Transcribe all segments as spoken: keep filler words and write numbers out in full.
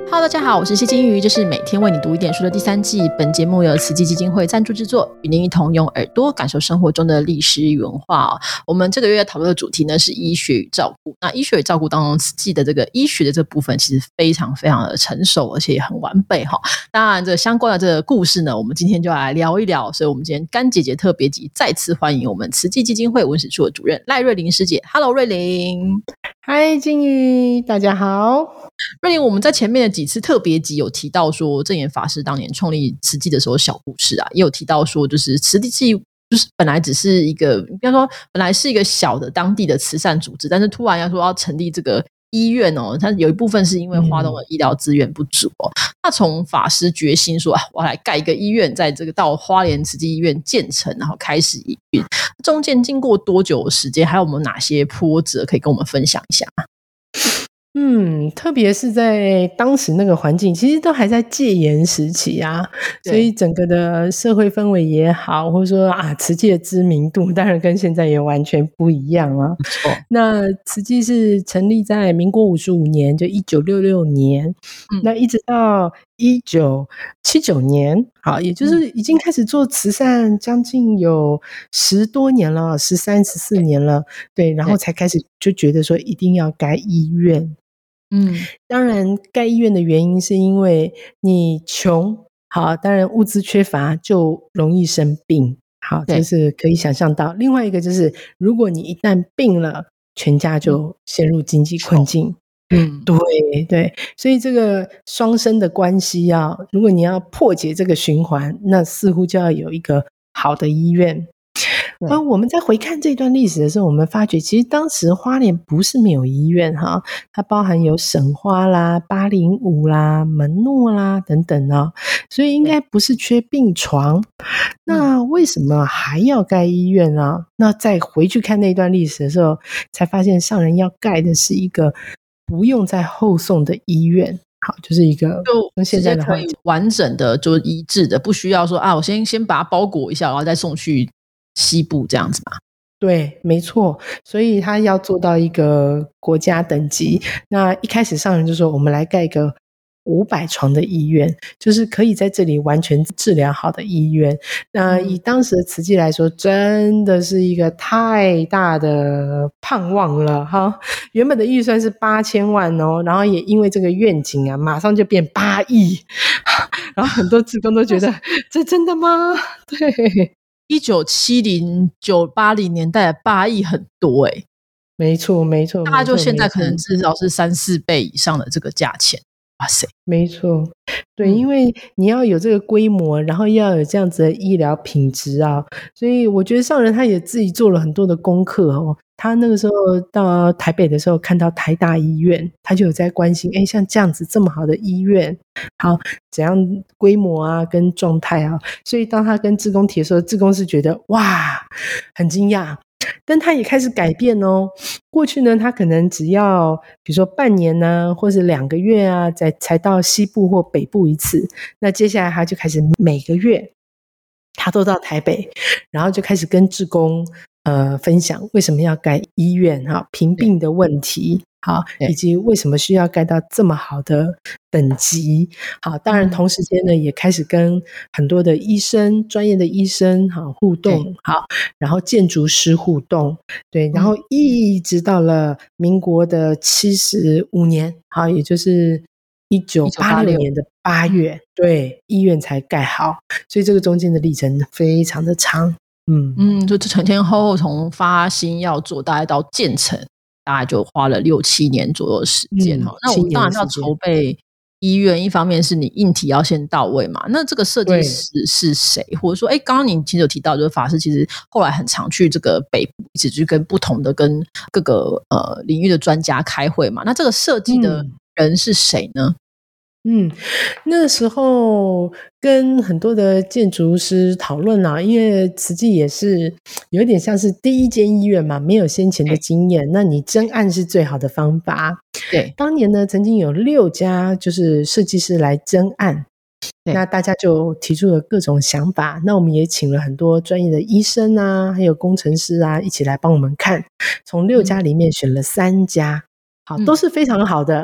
Hello， 大家好，我是谢金鱼，这是每天为你读一点书的第三季。本节目由慈济基金会赞助制作，与您一同用耳朵感受生活中的历史与文化、哦、我们这个月讨论的主题呢是医学与照顾。那医学与照顾当中，慈济的这个医学的这部分其实非常非常的成熟，而且也很完备、哦、当然这个相关的这个故事呢，我们今天就要来聊一聊。所以我们今天干姐姐特别集再次欢迎我们慈济基金会文史处的主任赖瑞玲师姐。 Hello 瑞玲。 嗨金鱼，大家好。 瑞玲，我们在前面的几次特别集有提到说证严法师当年创立慈济的时候小故事啊，也有提到说就是慈济就是本来只是一个比方说本来是一个小的当地的慈善组织，但是突然要说要成立这个医院哦，它有一部分是因为花东的医疗资源不足哦。嗯、那从法师决心说、啊、我要来盖一个医院，在这个到花莲慈济医院建成，然后开始营运，中间经过多久的时间，还有没有哪些波折可以跟我们分享一下？ 嗯，特别是在当时那个环境，其实都还在戒严时期啊，所以整个的社会氛围也好，或者说啊，慈济的知名度当然跟现在也完全不一样啊。那慈济是成立在民国五十五年，就一九六六年、嗯、那一直到一九七九年，好，也就是已经开始做慈善将近有十多年了，十三十四年了，对，然后才开始就觉得说一定要盖医院。嗯，当然盖医院的原因是因为你穷，好，当然物资缺乏就容易生病，好，这是可以想象到。另外一个就是如果你一旦病了，全家就陷入经济困境。嗯，对对，所以这个双生的关系啊，如果你要破解这个循环，那似乎就要有一个好的医院。而我们在回看这段历史的时候，我们发觉其实当时花莲不是没有医院哈，它包含有省花啦、八零五啦、门诺啦等等啊，所以应该不是缺病床。那为什么还要盖医院啊？那再回去看那段历史的时候，才发现上人要盖的是一个不用再后送的医院。好，就是一个就直接可以完整的就医治的，不需要说啊，我先先把它包裹一下，然后再送去西部这样子嘛。 对，没错，所以他要做到一个国家等级。那一开始上人就说，我们来盖一个五百床的医院，就是可以在这里完全治疗好的医院。那以当时的慈济来说，真的是一个太大的盼望了哈。原本的预算是八千万哦，然后也因为这个愿景啊，马上就变八亿，然后很多志工都觉得这真的吗？对。 一九七零、九八零年代的八亿很多欸。 没错没错， 大概就现在可能至少是三四倍以上的这个价钱。哇塞， 没错，对、嗯，因为你要有这个规模，然后要有这样子的医疗品质啊，所以我觉得上人他也自己做了很多的功课哦。他那个时候到台北的时候，看到台大医院，他就有在关心，哎，像这样子这么好的医院，好怎样规模啊，跟状态啊。所以当他跟志工提的时候，志工是觉得哇，很惊讶。但他也开始改变哦。过去呢，他可能只要比如说半年呢、啊，或是两个月啊，才才到西部或北部一次。那接下来他就开始每个月，他都到台北，然后就开始跟志工呃分享为什么要盖医院哈，贫病的问题。好，以及为什么需要盖到这么好的等级。好，当然同时间呢、嗯、也开始跟很多的医生专业的医生好互动。好，然后建筑师互动。对，然后一直到了民国的七十五年，好，也就是一九八六年的八月，对，医院才盖好。所以这个中间的历程非常的长。嗯嗯，就前前后后从发心要做大概到建成，大概就花了六七年左右的时间、嗯、那我们当然要筹备医院，一方面是你硬体要先到位嘛。那这个设计师是谁？或者说，哎，刚刚你其实有提到，就是法师其实后来很常去这个北部，一直去跟不同的跟各个呃领域的专家开会嘛。那这个设计的人是谁呢？ 嗯嗯，那时候跟很多的建筑师讨论啊，因为慈济也是有点像是第一间医院嘛，没有先前的经验，那你真案是最好的方法。 对， 当年呢，曾经有六家就是设计师来真案，那大家就提出了各种想法，那我们也请了很多专业的医生啊，还有工程师啊，一起来帮我们看，从六家里面选了三家，好，都是非常好的。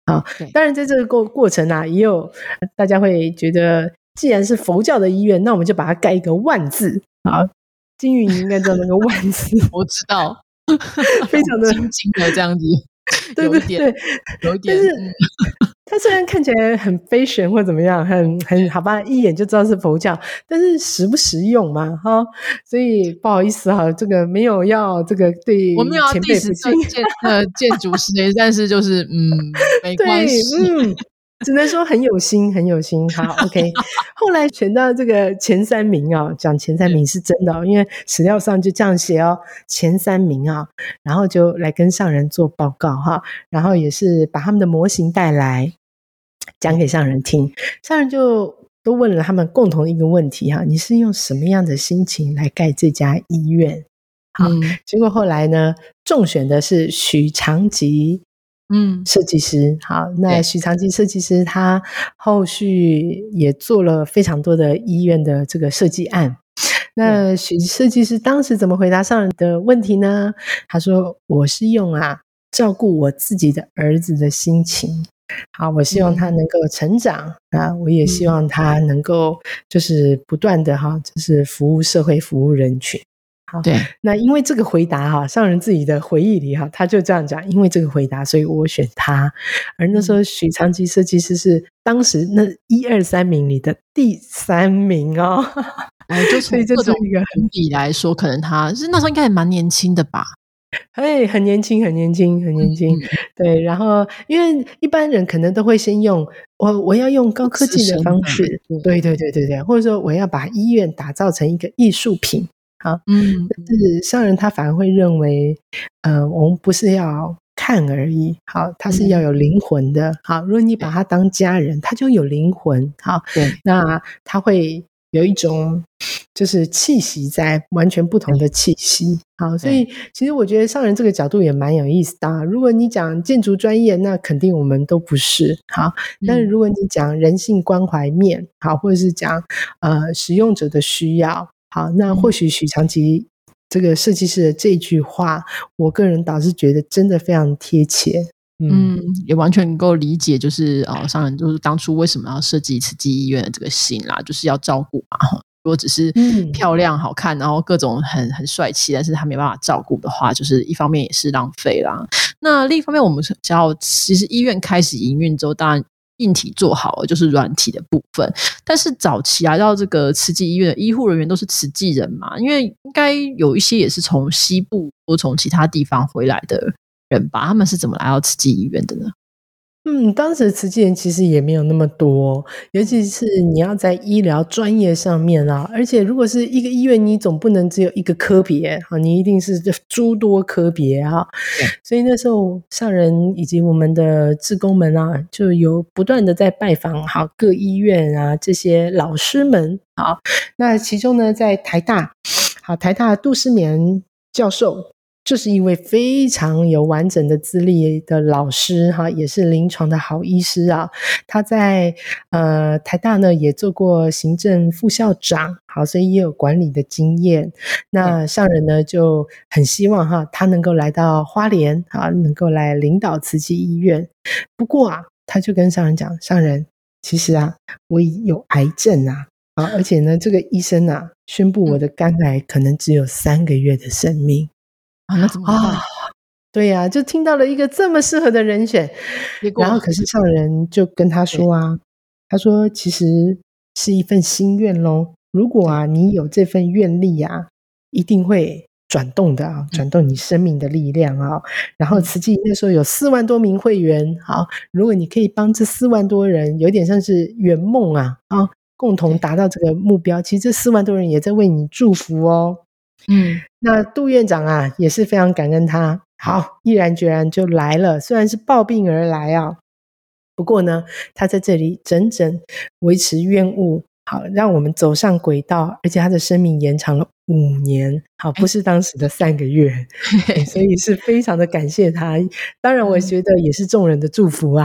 好，当然在这个过过程啊，也有大家会觉得，既然是佛教的医院，那我们就把它盖一个万字。好，金鱼你应该知道那个万字， 我知道， 非常的精精的这样子， 对对对， 有一点， 但是、 嗯、 它虽然看起来很 fashion 或怎么样，很很好吧，一眼就知道是佛教，但是实不实用嘛，哈，所以不好意思哈，这个没有要这个对我没有要前辈不敬建呃建筑师，但是就是嗯没关系， 嗯。只能说很有心，很有心。好 ，OK。后来选到这个前三名啊，讲前三名是真的、哦，因为史料上就这样写哦，前三名啊，然后就来跟上人做报告哈，然后也是把他们的模型带来讲给上人听，上人就都问了他们共同的一个问题哈，你是用什么样的心情来盖这家医院？好，嗯、结果后来呢，中选的是许长吉。嗯，设计师好，那许长吉设计师他后续也做了非常多的医院的这个设计案。那许设计师当时怎么回答上人的问题呢？他说：“我是用啊照顾我自己的儿子的心情，好，我希望他能够成长、嗯、啊，我也希望他能够就是不断的哈，就是服务社会、服务人群。”好，对，那因为这个回答哈，上人自己的回忆里哈，他就这样讲，因为这个回答，所以我选他。而那时候许长吉设计师是当时那一二三名里的第三名哦。 哎，就从各种评比来说，可能他是那时候应该也蛮年轻的吧？ 哎，很年轻，很年轻，很年轻。嗯、对，然后因为一般人可能都会先用我我要用高科技的方式，对对对对对，或者说我要把医院打造成一个艺术品。好，嗯，但是上人他反而会认为，呃，我们不是要看而已，好，他是要有灵魂的，好，如果你把他当家人，他就有灵魂，好，对，那他会有一种就是气息在，完全不同的气息，好，所以其实我觉得上人这个角度也蛮有意思的、啊。如果你讲建筑专业，那肯定我们都不是，好，但是如果你讲人性关怀面，好，或者是讲呃使用者的需要。好，那或许许长吉这个设计师的这句话，我个人倒是觉得真的非常贴切。 嗯，也完全能够理解，就是呃，上人就是当初为什么要设计慈济医院的这个心啦，就是要照顾嘛。如果只是漂亮好看，然后各种很很帅气，但是他没办法照顾的话，就是一方面也是浪费啦。那另一方面，我们只要其实医院开始营运之后，当然硬体做好了就是软体的部分，但是早期来到这个慈济医院的医护人员都是慈济人嘛，因为应该有一些也是从西部或从其他地方回来的人吧，他们是怎么来到慈济医院的呢？ 嗯，当时的慈济人其实也没有那么多，尤其是你要在医疗专业上面啊，而且如果是一个医院，你总不能只有一个科别啊，你一定是诸多科别啊。所以那时候上人以及我们的志工们啊，就有不断的在拜访好各医院啊这些老师们。好，那其中呢，在台大，好台大杜诗眠教授。就是一位非常有完整的资历的老师哈，也是临床的好医师啊。他在呃台大呢也做过行政副校长，好，所以也有管理的经验。那上人呢就很希望哈，他能够来到花莲啊，能够来领导慈济医院。不过啊，他就跟上人讲，上人其实啊，我有癌症啊。啊，而且呢，这个医生啊宣布我的肝癌可能只有三个月的生命。 啊，那怎么办？啊、 对呀、啊，就听到了一个这么适合的人选，然后可是上人就跟他说啊，他说其实是一份心愿咯，如果啊你有这份愿力啊，一定会转动的啊，转动你生命的力量啊。然后慈济那时候有四万多名会员，好，如果你可以帮这四万多人，有点像是圆梦啊啊，共同达到这个目标，其实这四万多人也在为你祝福哦。嗯，那杜院长啊也是非常感恩他，好，毅然决然就来了，虽然是抱病而来啊，不过呢他在这里整整维持院务，好，让我们走上轨道，而且他的生命延长了五年，好，不是当时的三个月所以是非常的感谢他，当然我觉得也是众人的祝福啊。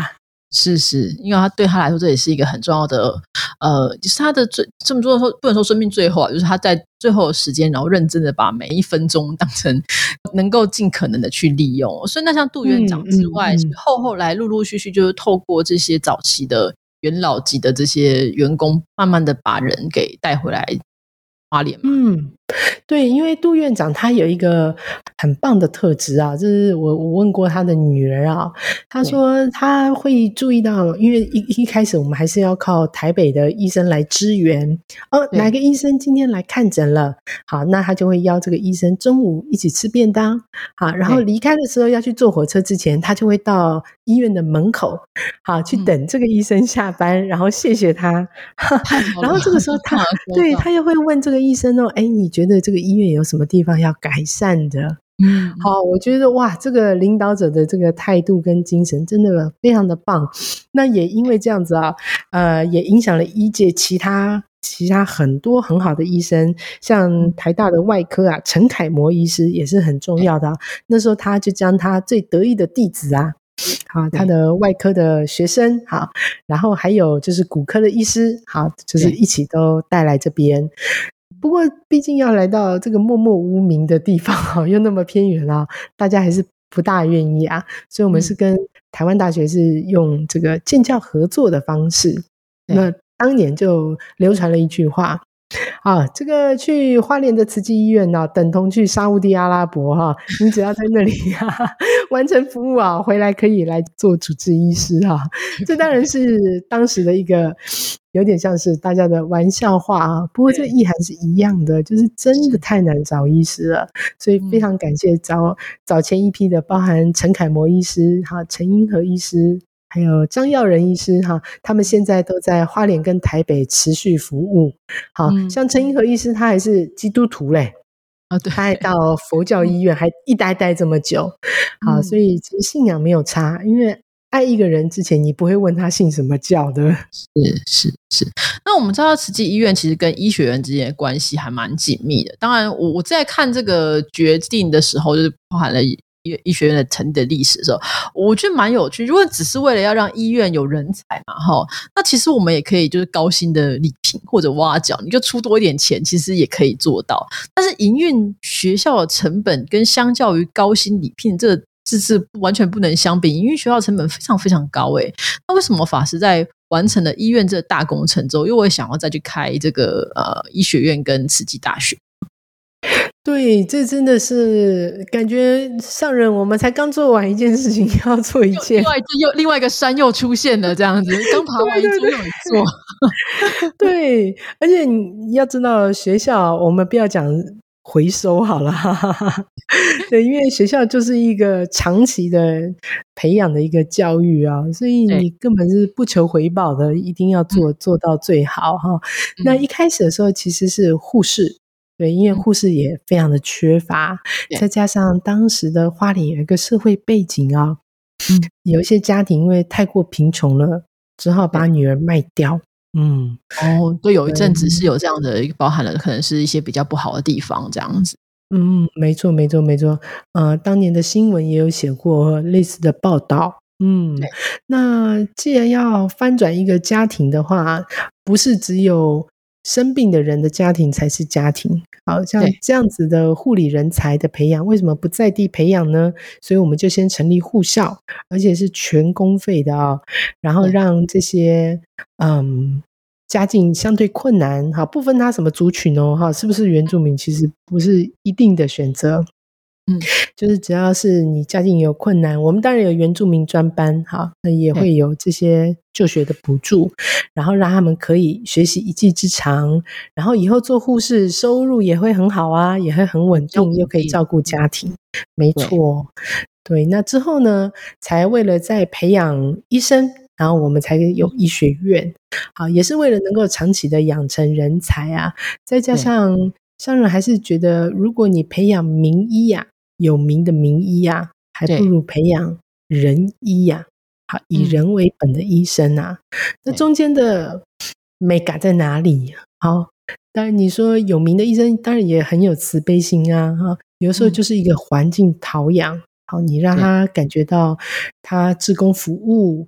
是是，因为他对他来说这也是一个很重要的，呃，就是他的最这么说说不能说生命最后啊，就是他在最后的时间，然后认真的把每一分钟当成能够尽可能的去利用。所以那像杜院长之外，嗯嗯嗯、后后来陆陆续续就是透过这些早期的元老级的这些员工，慢慢的把人给带回来花莲嘛。 嗯，对，因为杜院长他有一个很棒的特质啊，就是我我问过他的女儿啊，他说他会注意到，因为一一开始我们还是要靠台北的医生来支援哦，哪个医生今天来看诊了，好，那他就会邀这个医生中午一起吃便当，好，然后离开的时候要去坐火车之前，他就会到医院的门口，好，去等这个医生下班，嗯、然后谢谢他，然后这个时候他对他又会问这个医生哦，哎，你觉得这个医院有什么地方要改善的？嗯，好，我觉得哇，这个领导者的这个态度跟精神真的非常的棒。那也因为这样子啊，呃，也影响了医界其他其他很多很好的医生，像台大的外科啊，陈楷模医师也是很重要的、啊。那时候他就将他最得意的弟子啊。好，他的外科的学生，好，然后还有就是骨科的医师，好，就是一起都带来这边。不过，毕竟要来到这个默默无名的地方，又那么偏远啊，大家还是不大愿意啊。所以，我们是跟台湾大学是用这个建教合作的方式。那当年就流传了一句话。啊，这个去花莲的慈济医院呢、啊，等同去沙烏地阿拉伯哈、啊，你只要在那里啊完成服务啊，回来可以来做主治医师哈、啊。这当然是当时的一个有点像是大家的玩笑话啊，不过这意涵是一样的，就是真的太难找医师了，所以非常感谢早早前一批的，包含陈楷模医师哈、陈英和医师。还有张耀仁医师哈，他们现在都在花莲跟台北持续服务。好、嗯、像陈英和医师，他还是基督徒嘞， 啊、对， 他还到佛教医院、嗯、还一待待这么久。好、嗯，所以其实信仰没有差，因为爱一个人之前，你不会问他信什么教的。 是是是。那我们知道慈济医院其实跟医学院之间的关系还蛮紧密的。当然我，我在看这个决定的时候，就是包含了医学院的成立的历史的时候，我觉得蛮有趣。如果只是为了要让医院有人才嘛，哈，那其实我们也可以就是高薪的礼聘或者挖角，你就出多一点钱，其实也可以做到。但是营运学校的成本跟相较于高薪礼聘，这个这是完全不能相比。营运学校的成本非常非常高诶、欸，那为什么法师在完成了医院这个大工程之后，又会想要再去开这个呃医学院跟慈济大学？ 对，这真的是感觉上人我们才刚做完一件事情，要做一件另外又另外一个山又出现了，这样子刚爬完一座又一座。 对，而且你要知道学校我们不要讲回收好了，哈哈哈。对，因为学校就是一个长期的培养的一个教育啊，所以你根本是不求回报的，一定要做做到最好哈、嗯。那一开始的时候其实是护士。对，因为护士也非常的缺乏，再加上当时的花莲有一个社会背景啊，嗯，有一些家庭因为太过贫穷了，只好把女儿卖掉。嗯， 哦，对，有一阵子是有这样的，包含了可能是一些比较不好的地方，这样子。 嗯，没错，没错，没错。呃，当年的新闻也有写过类似的报道。嗯，那既然要翻转一个家庭的话，不是只有生病的人的家庭才是家庭，好像这样子的护理人才的培养，为什么不在地培养呢？所以我们就先成立护校，而且是全公费的啊、哦，然后让这些嗯家境相对困难，好，不分他什么族群哦，哈，是不是原住民其实不是一定的选择。嗯，就是只要是你家境有困难，我们当然有原住民专班，好，那也会有这些就学的补助，然后让他们可以学习一技之长，然后以后做护士收入也会很好啊，也会很稳定，又可以照顾家庭。没错，对，那之后呢，才为了再培养医生，然后我们才有医学院，好，也是为了能够长期的养成人才啊，再加上商人还是觉得，如果你培养名医呀、啊，有名的名医呀、啊，还不如培养人医呀、啊，好，以人为本的医生啊，嗯、那中间的美感在哪里？好，当然你说有名的医生，当然也很有慈悲心啊，哈，有时候就是一个环境陶养，好，你让他感觉到他志工服务。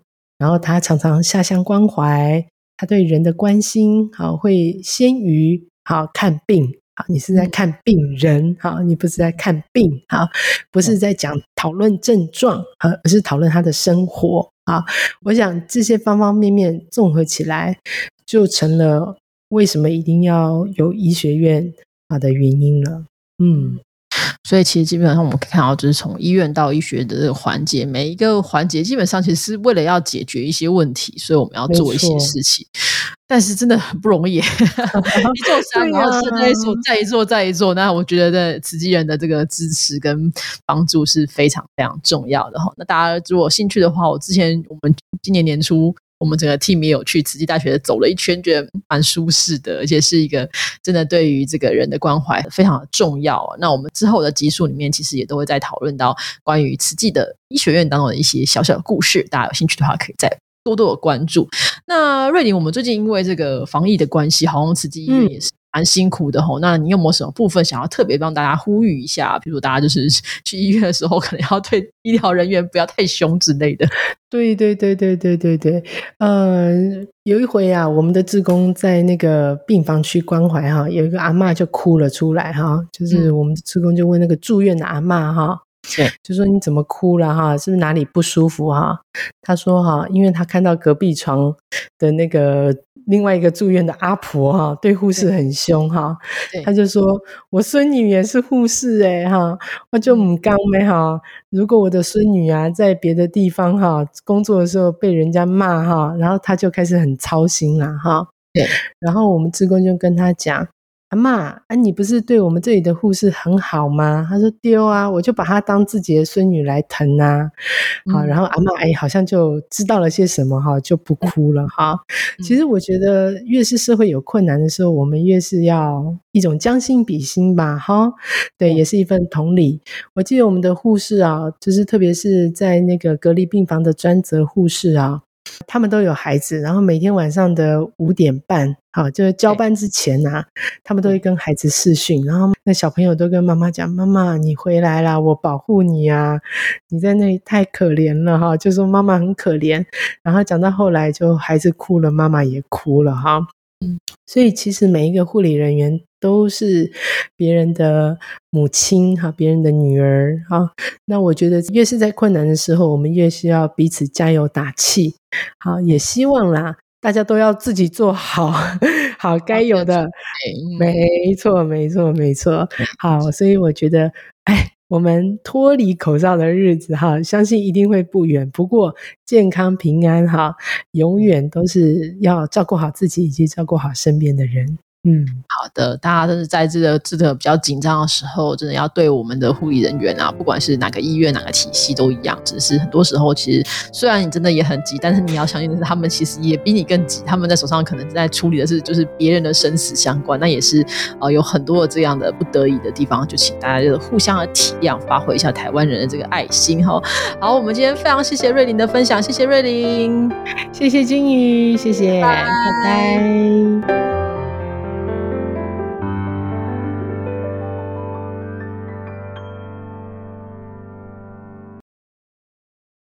然后他常常下乡关怀，他对人的关心好会先于好看病，好，你是在看病人，好，你不是在看病，好，不是在讲讨论症状，而是讨论他的生活，好，我想这些方方面面综合起来，就成了为什么一定要有医学院啊的原因了。嗯。 所以其实基本上我们可以看到，就是从医院到医学的这个环节，每一个环节基本上其实是为了要解决一些问题，所以我们要做一些事情，但是真的很不容易一座山然后再一座再一座再一座，那我觉得慈济人的这个支持跟帮助是非常非常重要的。那大家如果有兴趣的话，我之前我们今年年初我们整个 team 也有去慈济大学走了一圈，觉得蛮舒适的，而且是一个真的对于这个人的关怀非常的重要。那我们之后的集数里面其实也都会再讨论到关于慈济的医学院当中的一些小小的故事，大家有兴趣的话可以再多多的关注。那瑞玲，我们最近因为这个防疫的关系，好像慈济医院也是蛮辛苦的吼、嗯、那你有没有什么部分想要特别帮大家呼吁一下？比如大家就是去医院的时候可能要对医疗人员不要太凶之类的。 对对对对对对对，呃，有一回啊，我们的志工在那个病房区关怀哈，有一个阿嬷就哭了出来哈，就是我们的志工就问那个住院的阿嬷哈， 对， 就说你怎么哭了哈？是不是哪里不舒服哈？他说哈，因为他看到隔壁床的那个另外一个住院的阿婆哈，对护士很凶哈，他就说我孙女也是护士诶哈，我就不甘咩哈，如果我的孙女啊在别的地方哈工作的时候被人家骂哈，然后他就开始很操心啦哈。 对， 然后我们志工就跟他讲。阿嬷啊，你不是对我们这里的护士很好吗？他说丢啊，我就把她当自己的孙女来疼啊。好，然后阿嬷哎好像就知道了些什么哈，就不哭了哈。其实我觉得越是社会有困难的时候，我们越是要一种将心比心吧哈。对，也是一份同理。我记得我们的护士啊，就是特别是在那个隔离病房的专责护士啊，他们都有孩子，然后每天晚上的五点半好，就是交班之前啊，他们都会跟孩子视讯，然后那小朋友都跟妈妈讲，妈妈你回来啦，我保护你啊，你在那里太可怜了哈，就说妈妈很可怜，然后讲到后来就孩子哭了，妈妈也哭了哈。嗯，所以其实每一个护理人员都是别人的母亲哈，别人的女儿哈。那我觉得越是在困难的时候，我们越需要彼此加油打气。好，也希望啦，大家都要自己做好好该有的。没错，没错，没错。好，所以我觉得，哎。我们脱离口罩的日子哈，相信一定会不远。不过健康平安哈，永远都是要照顾好自己以及照顾好身边的人。嗯， 好的，大家都是在这个这个比较紧张的时候，真的要对我们的护理人员啊，不管是哪个医院哪个体系都一样。只是很多时候，其实虽然你真的也很急，但是你要相信的是，他们其实也比你更急。他们在手上可能在处理的是就是别人的生死相关，那也是呃有很多的这样的不得已的地方，就请大家就互相的体谅，发挥一下台湾人的这个爱心哈。好，我们今天非常谢谢瑞玲的分享，谢谢瑞玲， 谢谢金鱼，谢谢，拜拜。拜拜。